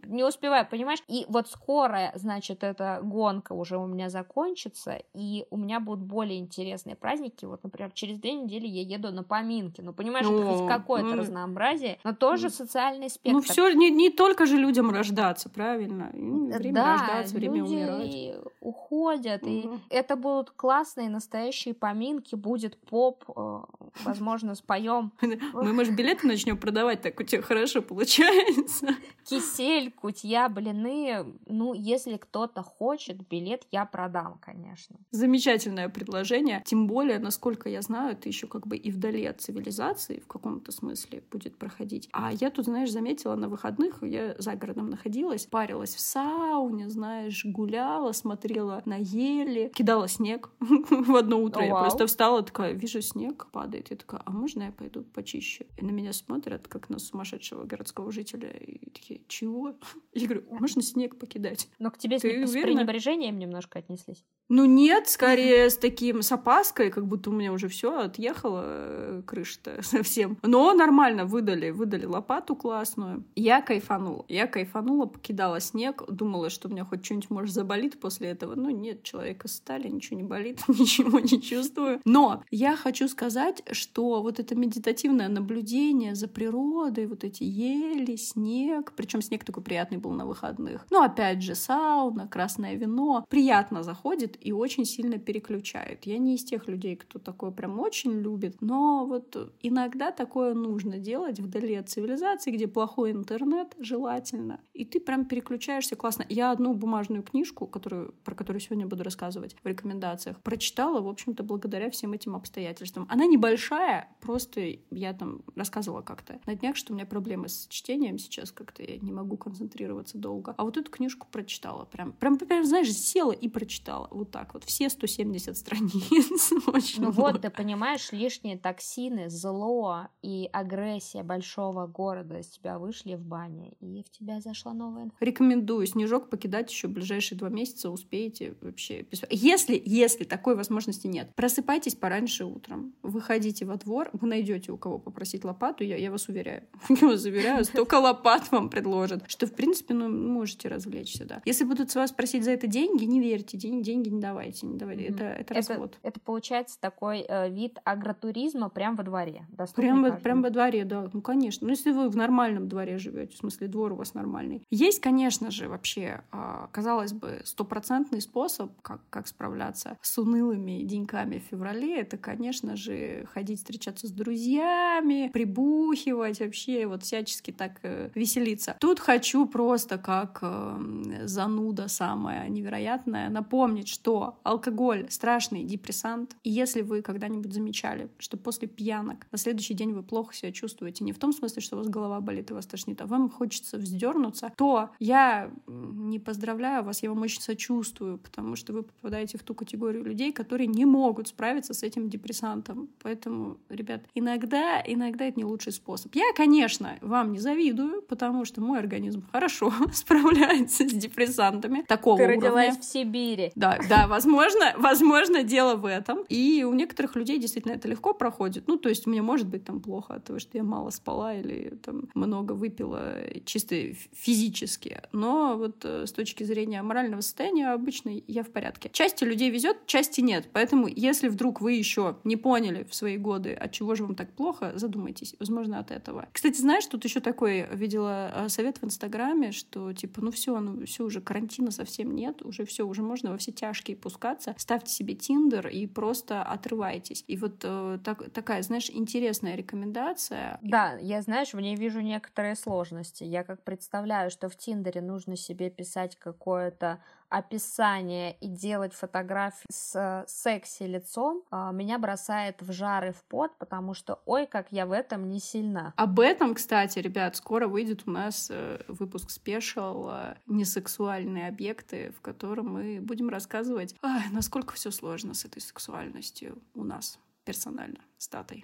не успеваю, понимаешь? И вот скоро, значит, эта гонка уже у меня закончится, и у меня будут более интересные праздники. Вот, например, через две недели я еду на поминки. Ну, понимаешь, это хоть какое-то разнообразие, но тоже социальный спектр. Ну, все, не, не только же людям рождаться, правильно? Время да, рождаться, время люди умирать. Уходят, Угу. и это будут классные настоящие поминки, будет поп, возможно, споем. Мы, может, билеты начнем продавать, так у тебя хорошо получается. Кисель, кутья, блины. Ну, если кто-то хочет, билет я продам, конечно. Замечательное предложение. Тем более, насколько я знаю, это еще как бы и вдали от цивилизации в каком-то смысле будет проходить. А я тут, знаешь, заметила на выходных, я за городом находилась, парилась в сауне, знаешь, гуляла, смотрела на ели, кидала снег в одно утро. Я просто встала, такая, вижу, снег падает. Я такая, а можно я пойду почищу? И на меня смотрят, как на сумасшедшего городского жителя. И такие, чего? Я говорю, можно снег покидать? Но к тебе с, с пренебрежением немножко отнеслись? Ну нет, скорее с таким, с опаской, как будто у меня уже все отъехала крыша-то совсем. Но нормально выдали, выдали лопату классную. Я кайфанула. Я кайфанула, покидала снег, думала, что у меня хоть что-нибудь, может, заболит после этого. Ну нет, человека стали, ничего не болит, ничего не чувствую. Но я хочу сказать, что вот это медитативное наблюдение за природой, вот эти ели, снег, причем снег такой приятный был на выходных. Ну, опять же, сауна, красное вино. Приятно заходит и очень сильно переключает. Я не из тех людей, кто такое прям очень любит, но вот иногда такое нужно делать вдали от цивилизации, где плохой интернет, желательно, и ты прям переключаешься классно. Я одну бумажную книжку, которую, про которую сегодня буду рассказывать в рекомендациях, прочитала, в общем-то, благодаря всем этим обстоятельствам. Она небольшая, просто я там рассказывала как-то на днях, что у меня проблемы с чтением сейчас, как-то я не могу концентрироваться долго. А вот эту книжку прочитала. Прям, прям, прям знаешь, села и прочитала. Вот так вот. Все сто семьдесят страниц. Очень ну много. Вот, ты понимаешь, лишние токсины, зло и агрессия большого города из тебя вышли в бане, и в тебя зашла новая информация. Рекомендую снежок покидать еще в ближайшие два месяца. Успеете вообще. Если, если такой возможности нет, просыпайтесь пораньше утром. Выходите во двор, вы найдете у кого попросить лопату, я, я вас уверяю. Я вас уверяю, столько лопат вам предложат, что, в принципе, ну, можете развлечься, да. Если будут с вас просить за это деньги, не верьте, деньги, деньги не давайте, не давайте. Mm-hmm. Это, это развод. Это, это получается такой э, вид агротуризма прямо во дворе. Прям, во, прям во дворе, да. Ну, конечно. Ну, если вы в нормальном дворе живете, в смысле, двор у вас нормальный. Есть, конечно же, вообще, казалось бы, стопроцентный способ, как, как справляться с унылыми деньками в феврале. Это, конечно же, ходить встречаться с друзьями, прибухивать вообще, вот всячески так э, веселиться. Тут хочу просто как э, зануда самая невероятная напомнить, что алкоголь — страшный депрессант. И если вы когда-нибудь замечали, что после пьянок на следующий день вы плохо себя чувствуете, не в том смысле, что у вас голова болит и вас тошнит, а вам хочется вздернуться, то я не поздравляю вас, я вам очень сочувствую, потому что вы попадаете в ту категорию людей, которые не могут справиться с этим депрессантом. Поэтому, ребят, иногда, иногда это не лучший способ. Я, конечно, вам не завидую, потому что мой организм хорошо справляется с депрессантами такого Ты уровня. Ты родилась в Сибири. Да, да, возможно, возможно, дело в этом. И у некоторых людей действительно это легко проходит. Ну, то есть мне может быть там плохо от того, что я мало спала или там много выпила чисто физически. Но вот с точки зрения морального состояния обычно я в порядке. Части людей везет, части нет. Поэтому если вдруг вы еще не поняли в свои годы, от чего же вам так плохо, задумайтесь. Возможно, от этого. Кстати, знаешь, тут еще такой видела совет в Инстаграме, что типа, ну все, ну все, уже карантина совсем нет, уже все, уже можно во все тяжкие пускаться. Ставьте себе Тиндер и просто отрывайтесь. И вот э, так, такая, знаешь, интересная рекомендация. Да, я, знаешь, в ней вижу некоторые сложности. Я как представляю, что в Тиндере нужно себе писать какое-то описание и делать фотографии с секси-лицом, меня бросает в жар и в пот, потому что, ой, как я в этом не сильна. Об этом, кстати, ребят, скоро выйдет у нас выпуск спешл «Несексуальные объекты», в котором мы будем рассказывать, ах, насколько все сложно с этой сексуальностью у нас. персонально с Татой.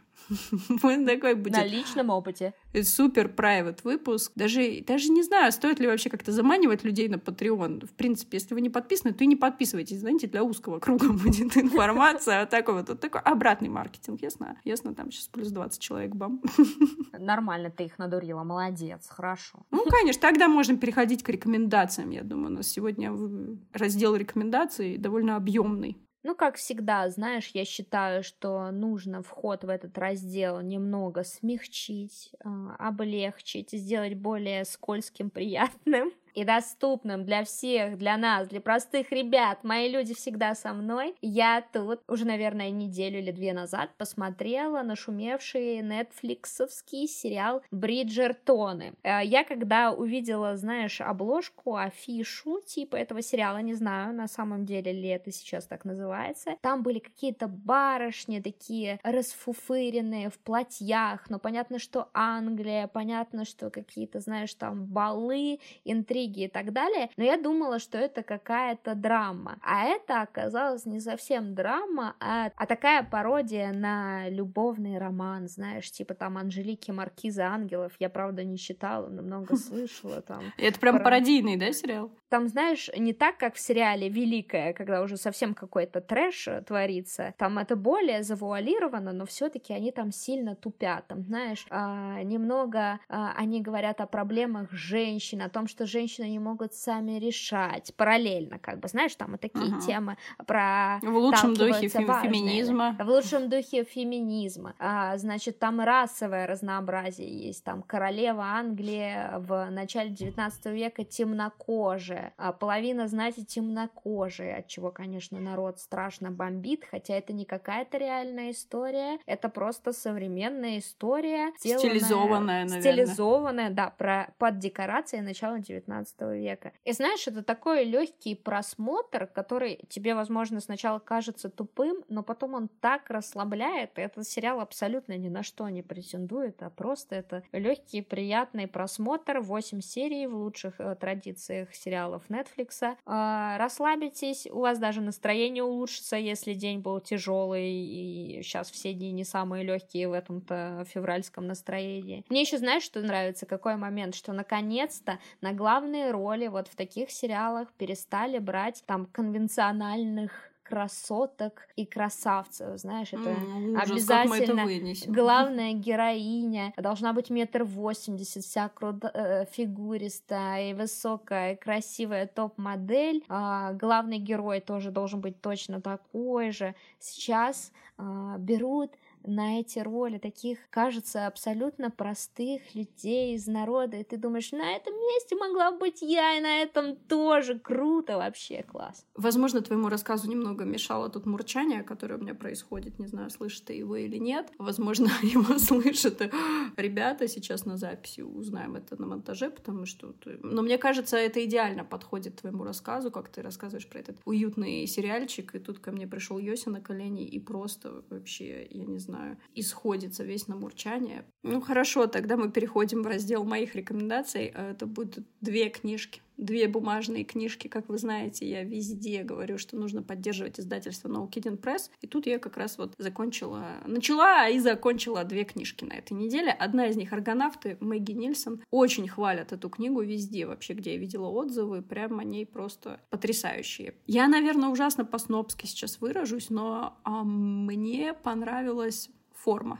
Такой будет... На личном опыте. Супер private выпуск. Даже, даже не знаю, стоит ли вообще как-то заманивать людей на Patreon. В принципе, если вы не подписаны, то и не подписывайтесь. Знаете, для узкого круга будет информация. Вот такой вот, вот такой обратный маркетинг. Ясно? Ясно, там сейчас плюс двадцать человек, бам. Нормально ты их надурила. Молодец, хорошо. Ну, конечно, тогда можно переходить к рекомендациям, я думаю. У нас сегодня раздел рекомендаций довольно объемный. Ну, как всегда, знаешь, я считаю, что нужно вход в этот раздел немного смягчить, облегчить, сделать более скользким, приятным и доступным для всех, для нас, для простых ребят. Мои люди всегда со мной. Я тут уже, наверное, неделю или две назад посмотрела нашумевший нетфликсовский сериал «Бриджертоны». Я когда увидела, знаешь, обложку, афишу типа этого сериала, не знаю, на самом деле ли это сейчас так называется, там были какие-то барышни такие расфуфыренные в платьях, но понятно, что Англия, понятно, что какие-то, знаешь, там балы, интриги и так далее, но я думала, что это какая-то драма, а это оказалось не совсем драма, а, а такая пародия на любовный роман, знаешь, типа там Анжелики Маркиза Ангелов, я, правда, не читала, но много слышала там. Это прям пародийный, да, сериал? Там, знаешь, не так, как в сериале «Великая», когда уже совсем какой-то трэш творится, там это более завуалировано, но все-таки они там сильно тупят, там, знаешь, а, немного а, они говорят о проблемах женщин, о том, что женщины не могут сами решать, параллельно, как бы, знаешь, там и такие uh-huh. темы про... В лучшем духе фем- феминизма. В лучшем духе феминизма. А, значит, там расовое разнообразие есть, там королева Англии в начале девятнадцатого века темнокожая, а половина, знаете, темнокожие, от чего, конечно, народ страшно бомбит, хотя это не какая-то реальная история, это просто современная история, стилизованная, наверное. Стилизованная, да, про, под декорации начала девятнадцатого века. И знаешь, это такой легкий просмотр, который тебе, возможно, сначала кажется тупым, но потом он так расслабляет, и этот сериал абсолютно ни на что не претендует, а просто это легкий, приятный просмотр, восемь серий в лучших э, традициях сериалов Netflix. Э, расслабитесь, у вас даже настроение улучшится, если день был тяжелый, и сейчас все дни не самые легкие в этом-то февральском настроении. Мне еще, знаешь, что нравится? Какой момент? Что наконец-то на главные роли вот в таких сериалах перестали брать там конвенциональных красоток и красавцев, знаешь, это mm, ужас, обязательно это главная героиня должна быть метр восемьдесят, вся кру- э, фигуристая и высокая, и красивая топ-модель, а главный герой тоже должен быть точно такой же. Сейчас а, берут на эти роли таких, кажется, абсолютно простых людей из народа, и ты думаешь, на этом месте могла быть я, и на этом тоже круто, вообще класс. Возможно, твоему рассказу немного мешало тут мурчание, которое у меня происходит, не знаю, слышишь ты его или нет. Возможно, его слышат ребята сейчас на записи, узнаем это на монтаже, потому что... Но мне кажется, это идеально подходит твоему рассказу, как ты рассказываешь про этот уютный сериальчик, и тут ко мне пришел Йося на колени, и просто вообще, я не знаю, исходится весь на мурчание. Ну, хорошо, тогда мы переходим в раздел моих рекомендаций. Это будут две книжки. Две бумажные книжки, как вы знаете, я везде говорю, что нужно поддерживать издательство No Kidding Press. И тут я как раз вот закончила, начала и закончила две книжки на этой неделе. Одна из них «Аргонавты» Мэгги Нильсон. Очень хвалят эту книгу везде вообще, где я видела отзывы. Прям о ней просто потрясающие. Я, наверное, ужасно по-снобски сейчас выражусь, но а, мне понравилась форма.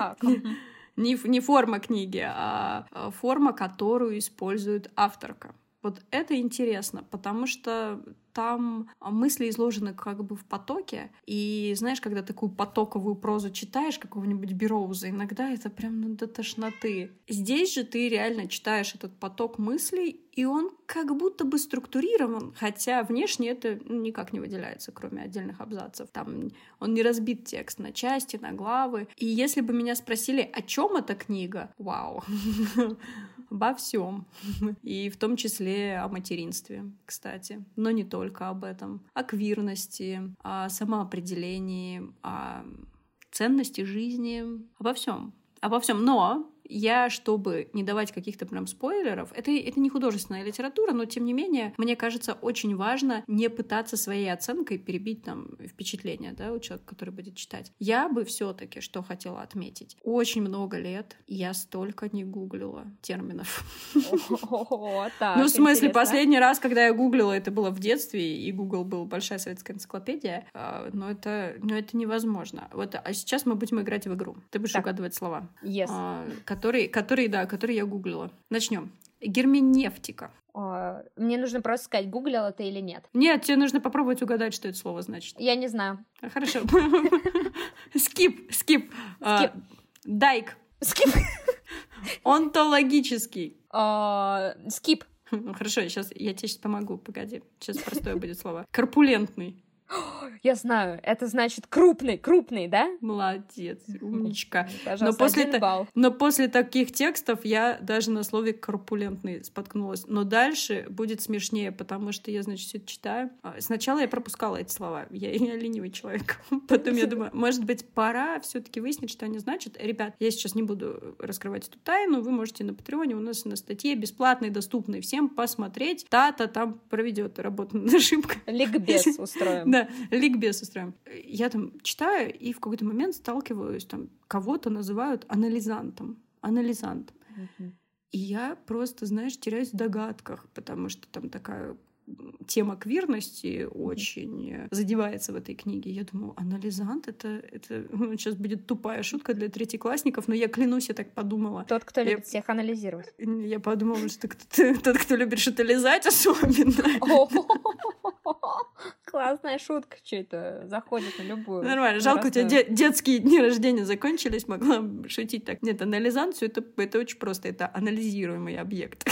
Не, не форма книги, а форма, которую использует авторка. Вот это интересно, потому что там мысли изложены как бы в потоке, и знаешь, когда такую потоковую прозу читаешь какого-нибудь Берроуза, иногда это прям ну, до тошноты. Здесь же ты реально читаешь этот поток мыслей, и он как будто бы структурирован, хотя внешне это никак не выделяется, кроме отдельных абзацев. Там он не разбит текст на части, на главы. И если бы меня спросили, о чем эта книга, вау, обо всем. И в том числе о материнстве, кстати. Но не только об этом. О квирности, о самоопределении, о ценности жизни. Обо всем. Обо всем. Но я, чтобы не давать каких-то прям спойлеров, это, это не художественная литература, но тем не менее, мне кажется, очень важно не пытаться своей оценкой перебить там впечатление, да, у человека, который будет читать. Я бы все-таки что хотела отметить. Очень много лет я столько не гуглила терминов. Ну, в смысле, последний раз, когда я гуглила, это было в детстве, и Google был большая советская энциклопедия, но это, но это невозможно. Вот, а сейчас мы будем играть в игру. Ты будешь угадывать слова, yes. которые, которые, да, которые я гуглила. Начнем. Герменевтика. О, мне нужно просто сказать, гуглила ты или нет. Нет, тебе нужно попробовать угадать, что это слово значит. Я не знаю. Хорошо. Скип, скип. Дайк. Скип. Онтологический. Скип. Хорошо, сейчас я тебе сейчас помогу. Погоди, сейчас простое будет слово. Корпулентный. Я знаю, это значит крупный, крупный, да? Молодец, умничка. Пожалуйста, но после, один балл. но после таких текстов я даже на слове корпулентный споткнулась. Но дальше будет смешнее, потому что я, значит, все это читаю. Сначала я пропускала эти слова. Я, я ленивый человек. Потом я думаю, может быть, пора все-таки выяснить, что они значат. Ребят, я сейчас не буду раскрывать эту тайну. Вы можете на Патреоне у нас на статье бесплатной, доступной всем посмотреть. Тата там проведет работу над ошибкой. Ликбез устроим. Да, ликбез устроим. Я там читаю, и в какой-то момент сталкиваюсь, там, кого-то называют анализантом. Анализант. Uh-huh. И я просто, знаешь, теряюсь в догадках, потому что там такая тема квирности очень задевается в этой книге. Я думаю, анализант — это, это ну, сейчас будет тупая шутка для третьеклассников, но я клянусь, я так подумала. Тот, кто я... любит всех анализировать. Я подумала, что кто-то, тот, кто любит что-то лизать особенно. Классная шутка, что это заходит на любую. Нормально. Жалко, у тебя де- детские дни рождения закончились, могла шутить так. Нет, анализант, все это, это очень просто. Это анализируемый объект.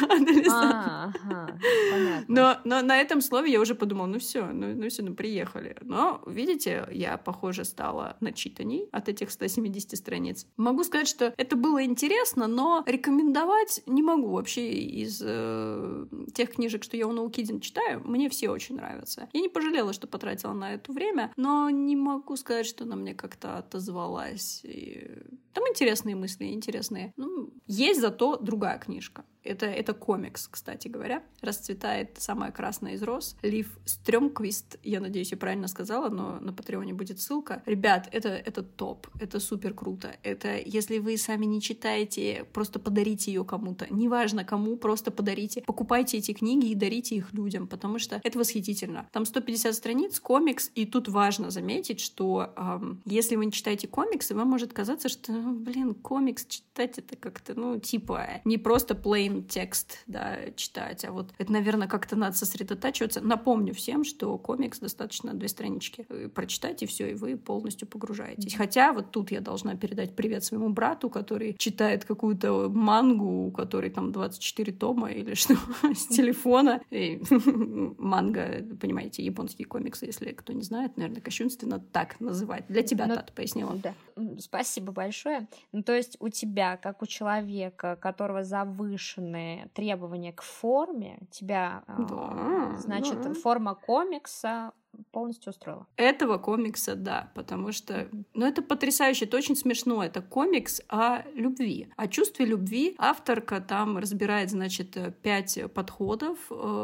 А, ага, понятно. Но, но на этом слове я уже подумала, ну все, ну, ну все, ну приехали. Но, видите, я, похоже, стала начитанней от этих ста семидесяти страниц. Могу сказать, что это было интересно, но рекомендовать не могу. Вообще из э, тех книжек, что я у Ноукидин читаю, мне все очень нравятся. Я не пожалела, что потратила на это время, но не могу сказать, что она мне как-то отозвалась. И... Там интересные мысли, интересные. Ну, есть зато другая книжка. Это, это комикс, кстати говоря. «Расцветает самая красная из роз». Лив Стрёмквист, я надеюсь, я правильно сказала, но на Патреоне будет ссылка. Ребят, это, это топ, это супер круто. Это, если вы сами не читаете, просто подарите ее кому-то. Неважно кому, просто подарите. Покупайте эти книги и дарите их людям, потому что это восхитительно. Там сто пятьдесят страниц, комикс, и тут важно заметить, что эм, если вы не читаете комиксы, вам может казаться, что, ну, блин, комикс читать это как-то, ну, типа, не просто plain текст, да, читать, а вот это, наверное, как-то надо сосредотачиваться. Напомню всем, что комикс достаточно две странички прочитать, и все, и вы полностью погружаетесь. Хотя вот тут я должна передать привет своему брату, который читает какую-то мангу, у которой там двадцать четыре тома или что, с телефона. И манга, понимаете, японские комиксы, если кто не знает, наверное, кощунственно так называть. Для тебя, ну, Тат, пояснила. Да. Спасибо большое. Ну, то есть у тебя, как у человека, которого завышен требования к форме, тебя, да, значит, да. форма комикса полностью устроила. Этого комикса, да, потому что, ну, это потрясающе, это очень смешно, это комикс о любви, о чувстве любви. Авторка там разбирает, значит, пять подходов,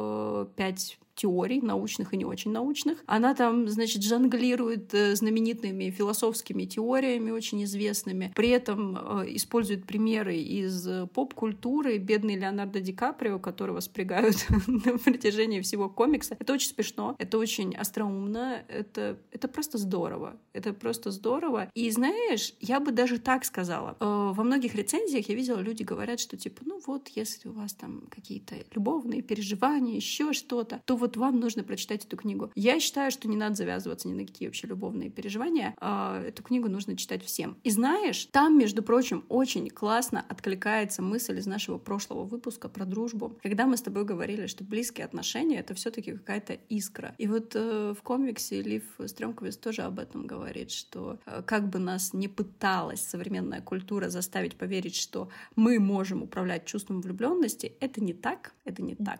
пять теорий, научных и не очень научных. Она там, значит, жонглирует знаменитыми философскими теориями, очень известными. При этом э, использует примеры из поп-культуры. Бедный Леонардо Ди Каприо, которого спрягают на протяжении всего комикса. Это очень смешно, это очень остроумно, это, это просто здорово. Это просто здорово. И знаешь, я бы даже так сказала. Э, во многих рецензиях я видела, люди говорят, что типа, ну вот, если у вас там какие-то любовные переживания, еще что-то, то вот вот вам нужно прочитать эту книгу. Я считаю, что не надо завязываться ни на какие вообще любовные переживания. Эту книгу нужно читать всем. И знаешь, там, между прочим, очень классно откликается мысль из нашего прошлого выпуска про дружбу. Когда мы с тобой говорили, что близкие отношения — это все-таки какая-то искра. И вот э, в комиксе Лив Стрёмквист тоже об этом говорит, что э, как бы нас ни пыталась современная культура заставить поверить, что мы можем управлять чувством влюбленности, это не так, это не так.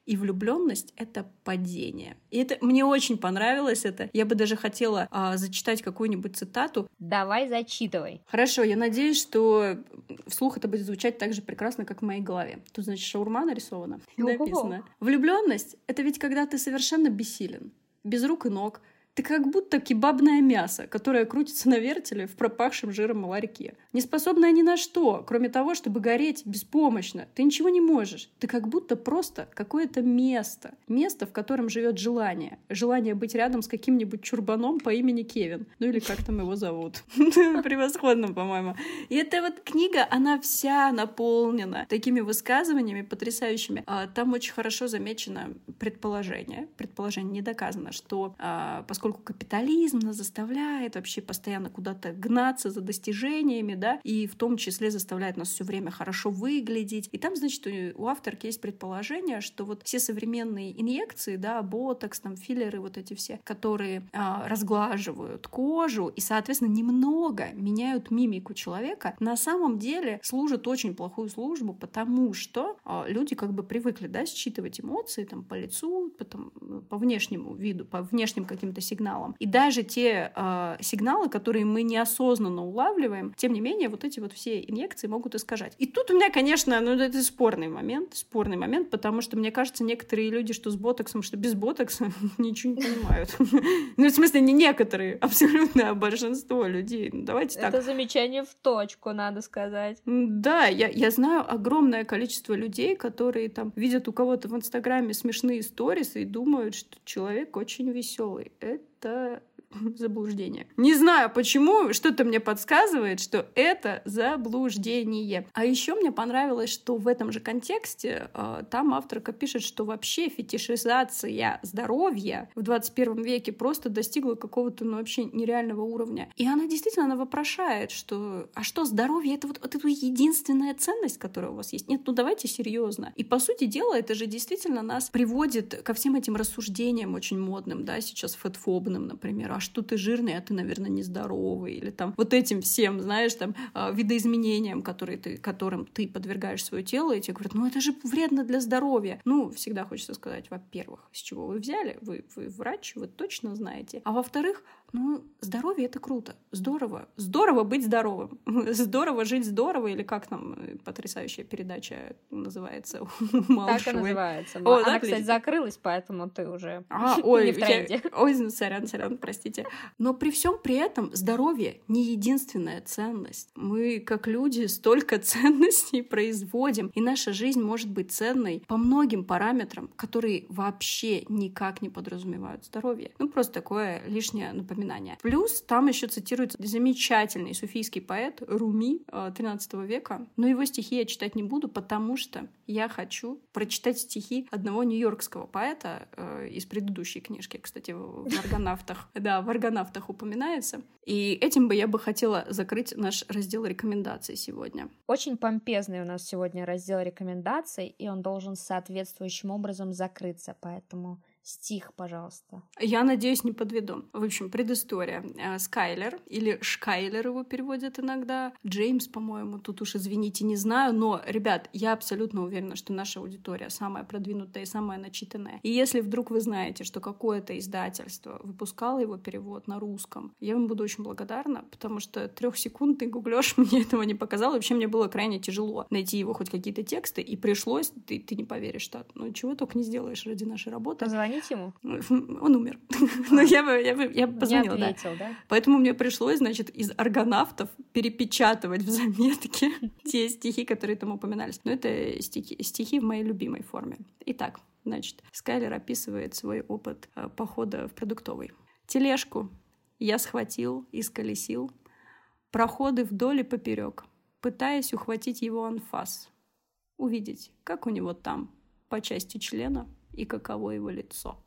и влюбленность — это падение. И это мне очень понравилось это. Я бы даже хотела а, зачитать какую-нибудь цитату. Давай, зачитывай. Хорошо, я надеюсь, что вслух это будет звучать так же прекрасно, как в моей голове. Тут, значит, шаурма нарисована. Написано. Влюбленность — это ведь когда ты совершенно бессилен, без рук и ног. Ты как будто кебабное мясо, которое крутится на вертеле в пропахшем жиром ларьке. Не способная ни на что, кроме того, чтобы гореть беспомощно. Ты ничего не можешь. Ты как будто просто какое-то место. Место, в котором живет желание. Желание быть рядом с каким-нибудь чурбаном по имени Кевин. Ну или как там его зовут. Превосходно, по-моему. И эта вот книга, она вся наполнена такими высказываниями потрясающими. Там очень хорошо замечено предположение. Предположение не доказано, что поскольку Поскольку капитализм нас заставляет вообще постоянно куда-то гнаться за достижениями, да, и в том числе заставляет нас все время хорошо выглядеть. И там, значит, у авторки есть предположение, что вот все современные инъекции, да, ботокс, там, филлеры, вот эти все, которые а, разглаживают кожу и, соответственно, немного меняют мимику человека, на самом деле служат очень плохую службу, потому что а, люди как бы привыкли, да, считывать эмоции там по лицу, потом, по внешнему виду, по внешним каким-то сигналам. И даже те э, сигналы, которые мы неосознанно улавливаем, тем не менее, вот эти вот все инъекции могут искажать. И тут у меня, конечно, ну это спорный момент, спорный момент, потому что, мне кажется, некоторые люди, что с ботоксом, что без ботокса, ничего не понимают. Ну, в смысле, не некоторые, абсолютно, а большинство людей. Давайте так. Это замечание в точку, надо сказать. Да, я, я знаю огромное количество людей, которые там видят у кого-то в Инстаграме смешные сторисы и думают, что человек очень веселый. Это заблуждение. Не знаю почему, что-то мне подсказывает, что это заблуждение. А еще мне понравилось, что в этом же контексте э, там авторка пишет, что вообще фетишизация здоровья в двадцать первом веке просто достигла какого-то, ну, вообще нереального уровня. И она действительно, она вопрошает, что а что здоровье — это вот, вот это единственная ценность, которая у вас есть? Нет, ну давайте серьезно. И по сути дела это же действительно нас приводит ко всем этим рассуждениям очень модным, да, сейчас фэтфобным, например, а что ты жирный, а ты, наверное, нездоровый, или там вот этим всем, знаешь, там видоизменениям, которые ты, которым ты подвергаешь свое тело, и тебе говорят, ну это же вредно для здоровья. Ну, всегда хочется сказать, во-первых, с чего вы взяли, вы, вы врач, вы точно знаете, а во-вторых, ну, здоровье — это круто, здорово, здорово быть здоровым, здорово жить здорово, или как там потрясающая передача называется у Малышевой. Так и называется. О, Она, да, кстати, закрылась, поэтому ты уже а, ой, не в тренде. Я, ой, сорян, сорян, простите. Но при всем при этом здоровье не единственная ценность. Мы, как люди, столько ценностей производим, и наша жизнь может быть ценной по многим параметрам, которые вообще никак не подразумевают здоровье. Ну, просто такое лишнее напоминание. Плюс там еще цитируется замечательный суфийский поэт Руми тринадцатого века, но его стихи я читать не буду, потому что я хочу прочитать стихи одного нью-йоркского поэта э, из предыдущей книжки, кстати, в «Аргонавтах». Да, в «Аргонавтах» упоминается. И этим бы я бы хотела закрыть наш раздел рекомендаций сегодня. Очень помпезный у нас сегодня раздел рекомендаций, и он должен соответствующим образом закрыться, поэтому... Стих, пожалуйста. Я надеюсь, не подведу. В общем, предыстория. Скайлер, или Шкайлер его переводят иногда. Джеймс, по-моему, тут уж, извините, не знаю. Но, ребят, я абсолютно уверена, что наша аудитория самая продвинутая и самая начитанная. И если вдруг вы знаете, что какое-то издательство выпускало его перевод на русском, я вам буду очень благодарна, потому что трехсекундный гуглёж мне этого не показал. Вообще, мне было крайне тяжело найти его хоть какие-то тексты, и пришлось, ты, ты не поверишь, что, ну, чего только не сделаешь ради нашей работы. Позвони ему? Он умер. Но я бы, я бы, я бы позвонила, не ответил, да. да. Поэтому мне пришлось, значит, из «Аргонавтов» перепечатывать в заметке те стихи, которые там упоминались. Но это стихи, стихи в моей любимой форме. Итак, значит, Скайлер описывает свой опыт похода в продуктовый. Тележку я схватил и сколесил, проходы вдоль и поперек, пытаясь ухватить его анфас, увидеть, как у него там, по части члена, и каково его лицо.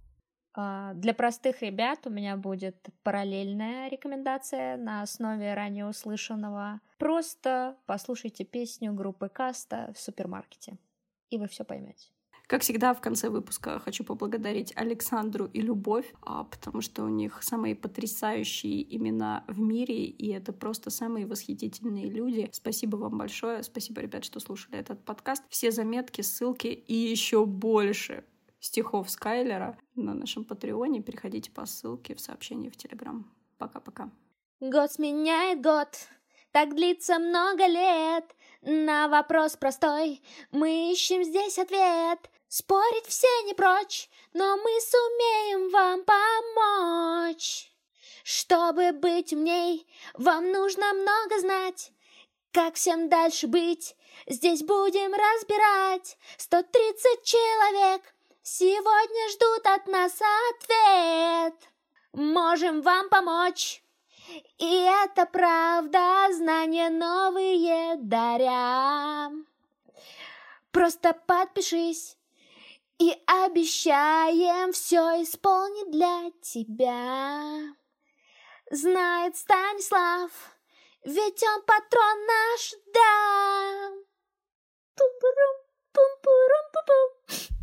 Для простых ребят у меня будет параллельная рекомендация на основе ранее услышанного. Просто послушайте песню группы Каста в супермаркете, и вы все поймете. Как всегда, в конце выпуска хочу поблагодарить Александру и Любовь, потому что у них самые потрясающие имена в мире, и это просто самые восхитительные люди. Спасибо вам большое. Спасибо, ребят, что слушали этот подкаст. Все заметки, ссылки и еще больше стихов Скайлера на нашем Патреоне. Переходите по ссылке в сообщении в Телеграм. Пока-пока. Год сменяет год, так длится много лет. На вопрос простой мы ищем здесь ответ. Спорить все не прочь, но мы сумеем вам помочь. Чтобы быть умней, вам нужно много знать. Как всем дальше быть, здесь будем разбирать. Сто тридцать человек сегодня ждут от нас ответ. Можем вам помочь. И это правда, знания новые даря. Просто подпишись и обещаем все исполнить для тебя. Знает Станислав, ведь он патрон наш, да. Пум-пурум, пум-пурум-пу-пум.